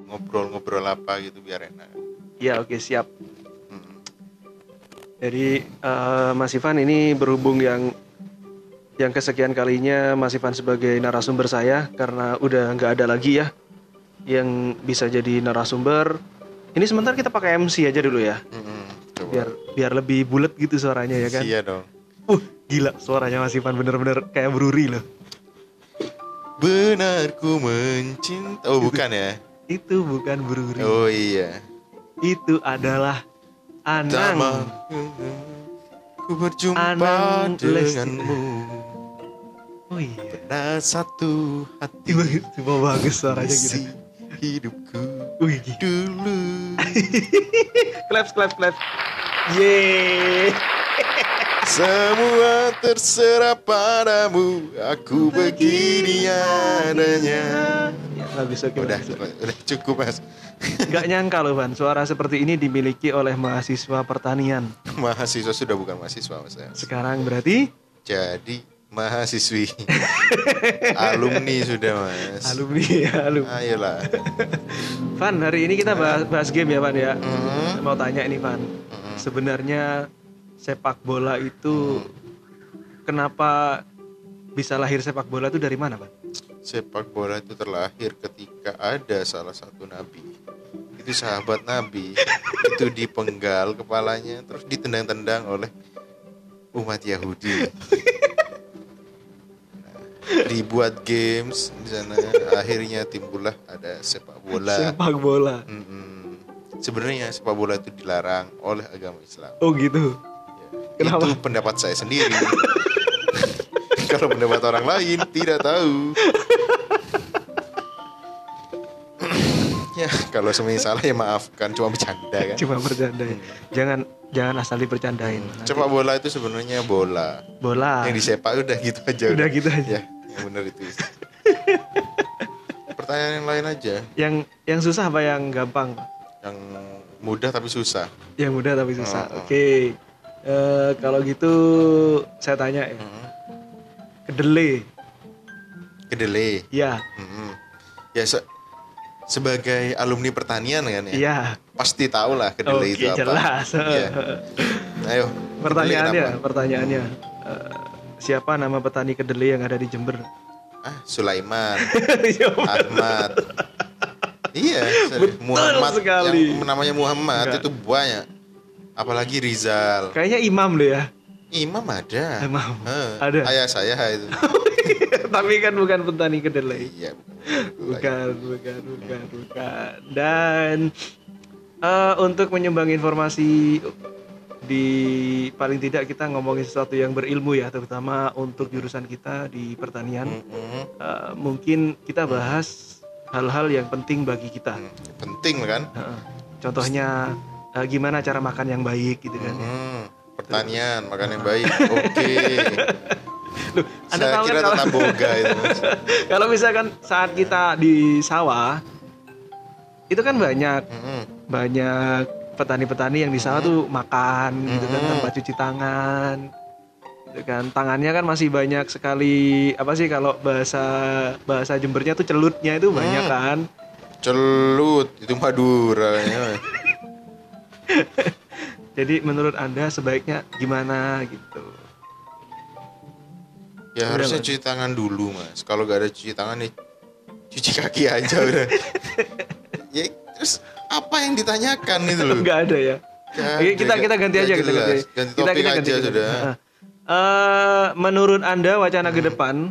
ngobrol-ngobrol apa gitu biar enak. Ya oke, siap. Jadi Mas Ivan ini berhubung yang kesekian kalinya Mas Ivan sebagai narasumber saya karena udah nggak ada lagi ya yang bisa jadi narasumber. Ini sebentar kita pakai MC aja dulu ya. Coba. Biar lebih bulat gitu suaranya ya kan. Iya dong. Gila suaranya Mas Ivan bener-bener kayak Bruri loh. Benar ku mencinta. Oh bukan ya? Itu bukan Bruri. Oh iya. Itu adalah Anang. Ku berjumpa Anang denganmu. Oh iya. Pada satu hati. Coba bagus suaranya gitu. Isi hidupku Wih. dulu. Clap. Yeay. Semua terserah padamu. Aku begini adanya. Ya, nggak bisa. Udah cukup mas. Nggak nyangka loh Van, suara seperti ini dimiliki oleh mahasiswa pertanian. Mahasiswa sudah bukan mahasiswa mas. Sekarang berarti Jadi mahasiswi. Alumni sudah mas. alumni. Ayolah. Van, hari ini kita bahas game ya Van ya. Saya mau tanya ini Van, sebenarnya sepak bola itu kenapa bisa lahir sepak bola itu dari mana Van? Sepak bola itu terlahir ketika ada salah satu nabi. Itu sahabat nabi. Itu dipenggal kepalanya terus ditendang-tendang oleh umat Yahudi. Dibuat games di sana, akhirnya timbullah ada sepak bola. Sepak bola. Sebenarnya sepak bola itu dilarang oleh agama Islam. Oh gitu. Ya, Kenapa? itu pendapat saya sendiri. Kalau pendapat orang lain tidak tahu. Ya kalau semuanya salah ya maafkan, cuma bercanda kan. Cuma bercanda ya. Jangan asal dibercandain. Nanti- Sepak bola itu sebenarnya bola. bola. Yang disepak udah gitu aja. Udah gitu aja. Ya, yang benar itu. Pertanyaan yang lain aja. Yang susah apa yang gampang? Yang mudah tapi susah. Yang mudah tapi susah. Oh. Oke. Kalau gitu saya tanya ya. Kedelai. Kedelai. Ya. Ya sebagai alumni pertanian kan ya. Iya. Pasti tahu lah kedelai itu apa. Jelas. Iya. Ayo. Pertanyaannya. Siapa nama petani kedelai yang ada di Jember? Sulaiman. Ahmad. Iya, Muhammad sekali. yang namanya Muhammad. Enggak. Itu banyak. Apalagi Rizal. Kayaknya imam deh ya. Imam ada. Imam. Heh, Ada. Ayah saya itu. Tapi kan bukan petani kedelai. Iya. Bukan. Dan untuk menyumbang informasi di paling tidak kita ngomongin sesuatu yang berilmu ya, terutama untuk jurusan kita di pertanian. Mungkin kita bahas hal-hal yang penting bagi kita. Penting kan? Contohnya gimana cara makan yang baik gitu kan. Pertanian, makan yang baik. Oke. Loh, Anda Saya tahu kira kan tetap boga itu mas. kalau misalkan saat kita di sawah itu kan banyak petani-petani yang di sawah tuh makan gitu kan tanpa cuci tangan gitu kan, tangannya kan masih banyak sekali apa sih kalau bahasa Jembernya tuh celutnya itu banyak kan. Celut itu Madura ya. Jadi menurut Anda sebaiknya gimana gitu? Ya harusnya cuci tangan dulu mas. Kalau gak ada cuci tangan nih cuci kaki aja udah. Ya terus apa yang ditanyakan itu loh? Nggak ada ya. Oke, kita ganti aja ganti topik aja sudah. Menurut Anda wacana ke depan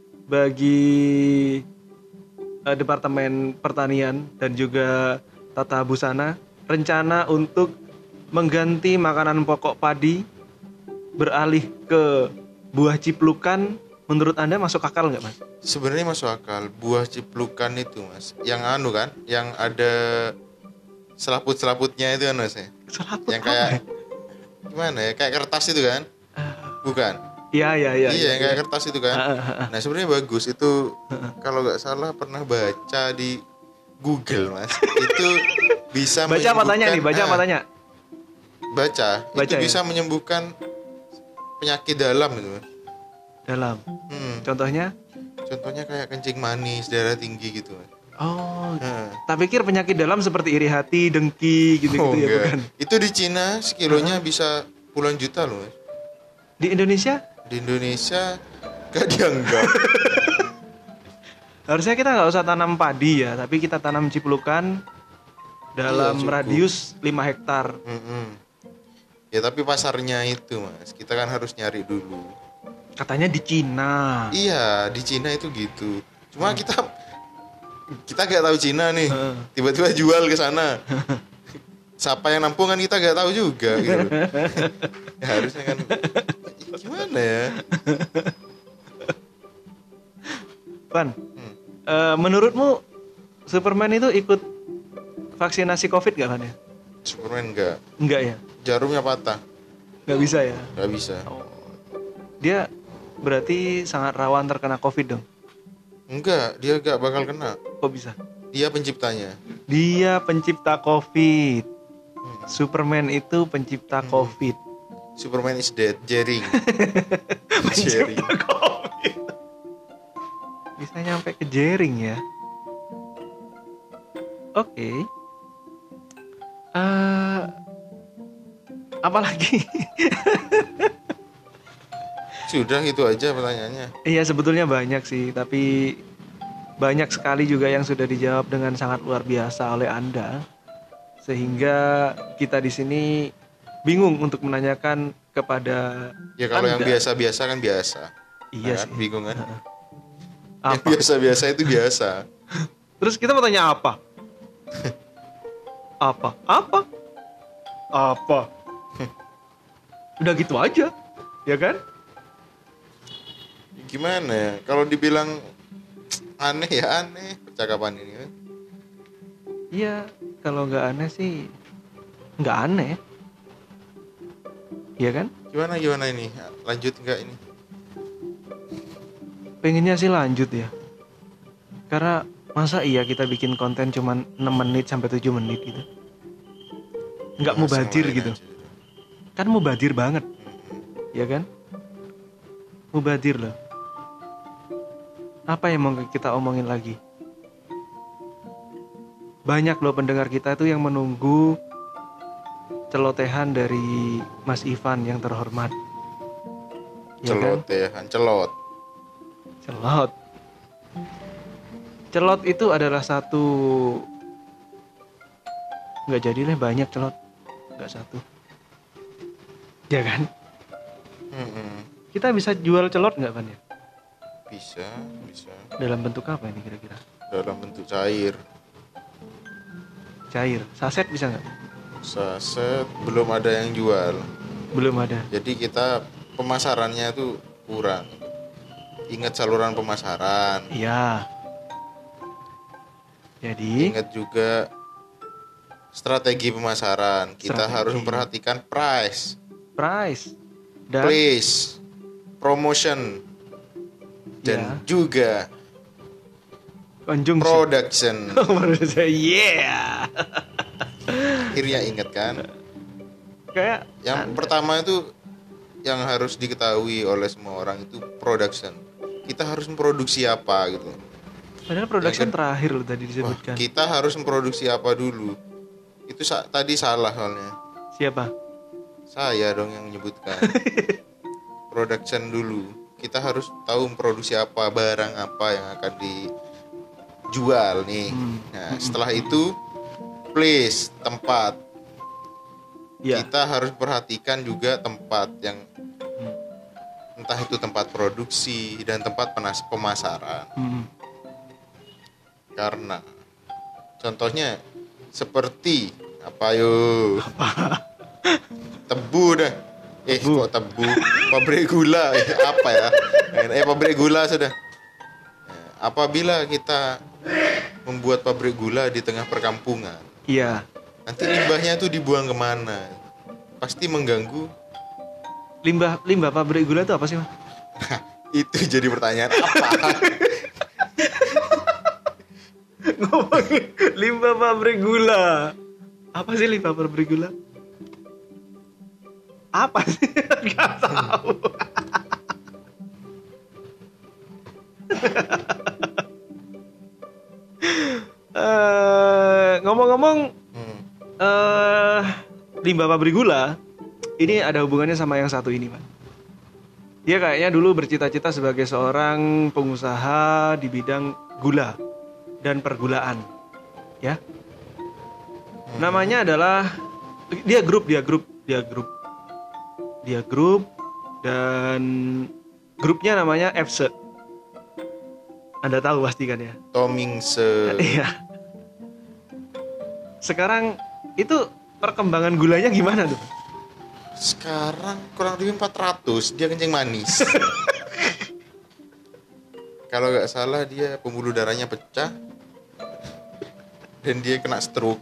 bagi Departemen Pertanian dan juga Tata Busana rencana untuk mengganti makanan pokok padi beralih ke buah ciplukan, menurut Anda masuk akal nggak mas? Sebenarnya masuk akal. Buah ciplukan itu mas, yang anu kan, yang ada selaput-selaputnya itu kan mas ya? Selaput yang apa kayak ya? gimana ya, kayak kertas itu kan? Bukan? Iya. Yang kayak kertas itu kan? Nah sebenarnya bagus itu. Kalau nggak salah pernah baca di Google mas, itu bisa Baca apa tanya nih? Baca apa tanya? Baca itu ya? bisa menyembuhkan penyakit dalam gitu mas. Dalam. Contohnya? Contohnya kayak kencing manis, darah tinggi gitu mas. Oh, Nah, tak pikir penyakit dalam seperti iri hati, dengki gitu-gitu ya, enggak. bukan? Itu di Cina sekilonya bisa puluhan juta loh. Mas. Di Indonesia Di Indonesia gak dianggap. harusnya kita nggak usah tanam padi ya, tapi kita tanam ciplukan dalam cukup. radius 5 hektar. Mm-mm. Ya tapi pasarnya itu Mas, kita kan harus nyari dulu. Katanya di Cina. Iya, di Cina itu gitu. Cuma kita gak tahu Cina nih. Heeh. Tiba-tiba jual ke sana. Siapa yang nampung kan kita gak tahu juga gitu. Ya, harusnya kan gimana ya? Van, menurutmu Superman itu ikut vaksinasi COVID gak Van ya? Superman enggak. Enggak ya? Jarumnya patah. Nggak bisa ya? Gak bisa. Dia berarti sangat rawan terkena COVID dong? Enggak, dia gak bakal kena. Kok bisa? Dia penciptanya. Dia pencipta COVID. Superman itu pencipta COVID. Superman is dead. Jering. Jering. Pencipta COVID. Bisa nyampe ke jering ya? Oke. Apalagi? Sudah gitu aja pertanyaannya. Iya sebetulnya banyak sih, tapi banyak sekali juga yang sudah dijawab dengan sangat luar biasa oleh Anda, sehingga kita di sini bingung untuk menanyakan kepada Ya kalau yang Anda. biasa-biasa kan biasa. Iya Nah, sih. bingung kan? Yang Apa? biasa-biasa itu biasa. Terus kita mau tanya apa? Apa? Apa? Apa? Udah gitu aja, ya kan? Gimana ya? Kalau dibilang aneh ya aneh percakapan ini kan. Iya, kalau nggak aneh sih nggak aneh, ya kan? Gimana ini? Lanjut nggak ini? Pengennya sih lanjut ya, karena masa iya kita bikin konten cuman 6 menit sampai 7 menit gitu, nggak Bahas yang mubazir lain gitu. aja. Kan mubazir banget, ya kan? Mubazir loh. Apa yang mau kita omongin lagi? Banyak loh pendengar kita itu yang menunggu celotehan dari Mas Ivan yang terhormat. Ya kan? Celotehan, celot. Celot. Celot itu adalah satu. Nggak jadi lah, banyak celot, nggak satu. Ya kan? Mm-mm. Kita bisa jual celot nggak Van ya? Bisa. Dalam bentuk apa ini kira-kira? Dalam bentuk cair. Cair, saset bisa nggak? Saset belum ada yang jual. Belum ada. Jadi kita pemasarannya tuh kurang. Ingat saluran pemasaran. Iya. Jadi Ingat juga strategi pemasaran. Kita Strategi. harus memperhatikan price, price dan place, promotion, dan Ya. juga conjunction. production. Menurut saya, yeah. Akhirnya ingat kan? Kayak Yang pertama itu yang harus diketahui oleh semua orang itu production. Kita harus memproduksi apa gitu. padahal production Yang terakhir loh tadi Wah, disebutkan. kita harus memproduksi apa dulu. Itu tadi salah soalnya. Siapa? Saya dong yang menyebutkan. Production dulu. Kita harus tahu memproduksi apa, barang apa yang akan dijual nih. Nah, setelah itu place, tempat. Ya. Kita harus perhatikan juga tempat yang entah itu tempat produksi dan tempat pemasaran. Karena contohnya seperti apa yo? Tebu dah. Kok tebu? Pabrik gula apa ya? Pabrik gula sudah. Apabila kita membuat pabrik gula di tengah perkampungan, Iya. nanti limbahnya itu dibuang kemana? Pasti mengganggu. Limbah pabrik gula itu apa sih, Mas? Itu jadi pertanyaan apa? Ngomongin limbah pabrik gula. Apa sih limbah pabrik gula? Apa sih? Gak tahu. limbah pabrik gula ini ada hubungannya sama yang satu ini, Pak. Dia kayaknya dulu bercita-cita sebagai seorang pengusaha di bidang gula dan pergulaan, ya. Namanya adalah dia grup dan grupnya namanya FC. Anda tahu pasti kan ya? Tomingse. Iya. Sekarang itu perkembangan gulanya gimana tuh? Sekarang kurang lebih 400, dia kencing manis. Kalau nggak salah dia pembuluh darahnya pecah dan dia kena stroke.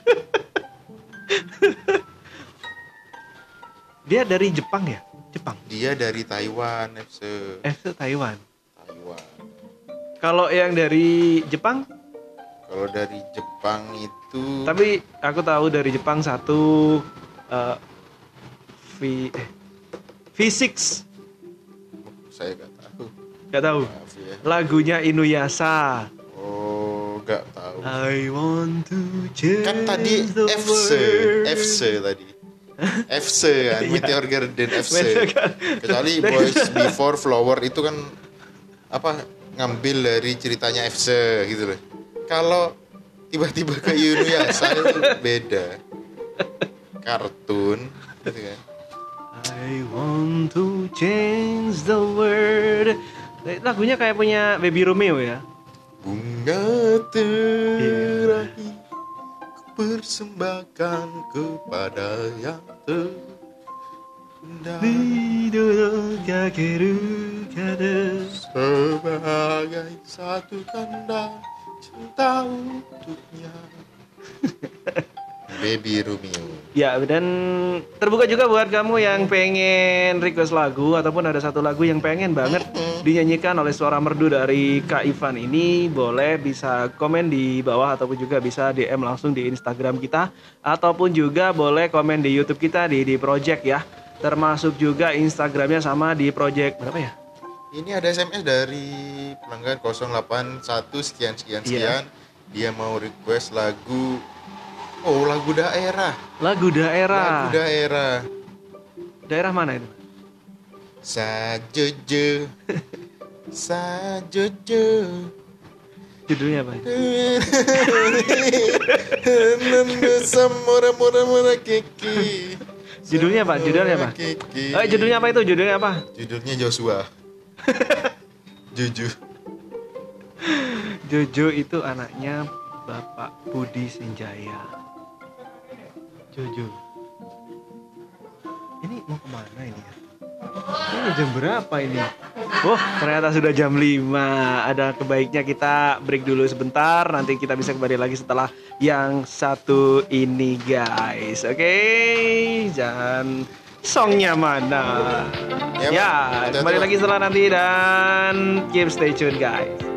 Dia dari Jepang ya? Jepang. Dia dari Taiwan, FC Taiwan. Taiwan. Kalau yang dari Jepang? Kalau dari Jepang itu, Tapi aku tahu dari Jepang satu V6. saya nggak tahu. Gak tahu. Maaf ya. Lagunya Inuyasha. Oh, nggak tahu. I want to change Kan tadi the world. FC tadi. FC kan, Iya. Meteor Garden FC. Bener kan? Kecuali Boys Before Flower itu kan apa ngambil dari ceritanya FC gitu loh. Kalau tiba-tiba ke Inuyasha itu beda. Kartun gitu kan. I want to change the world. Lagunya kayak punya Baby Romeo ya. Bunga terakhir persembahkan kepada yang terindah sebagai satu tanda cinta untuknya. Baby Romeo. Ya, dan terbuka juga buat kamu yang pengen request lagu ataupun ada satu lagu yang pengen banget dinyanyikan oleh suara merdu dari Kak Ivan ini, boleh bisa komen di bawah ataupun juga bisa DM langsung di Instagram kita ataupun juga boleh komen di YouTube kita di Project ya. Termasuk juga Instagramnya sama di Project berapa ya? Ini ada SMS dari pelanggan 081 sekian. Iya. Dia mau request lagu. Oh, lagu daerah. Lagu daerah. Lagu daerah. Daerah mana itu? Sajojo. Sajojo. Judulnya apa? Samora keki. Judulnya apa? Judulnya apa? Judulnya apa itu? Judulnya apa? Judulnya Joshua. Jojo itu anaknya Bapak Budi Senjaya. Jojo. Ini mau kemana ini ya? Ini jam berapa ini? Oh, ternyata sudah jam 5. Ada kebaiknya kita break dulu sebentar. Nanti kita bisa kembali lagi setelah yang satu ini guys. Oke, jangan songnya mana? Ya, Ya, Pak. kembali lagi setelah nanti dan keep stay tune guys.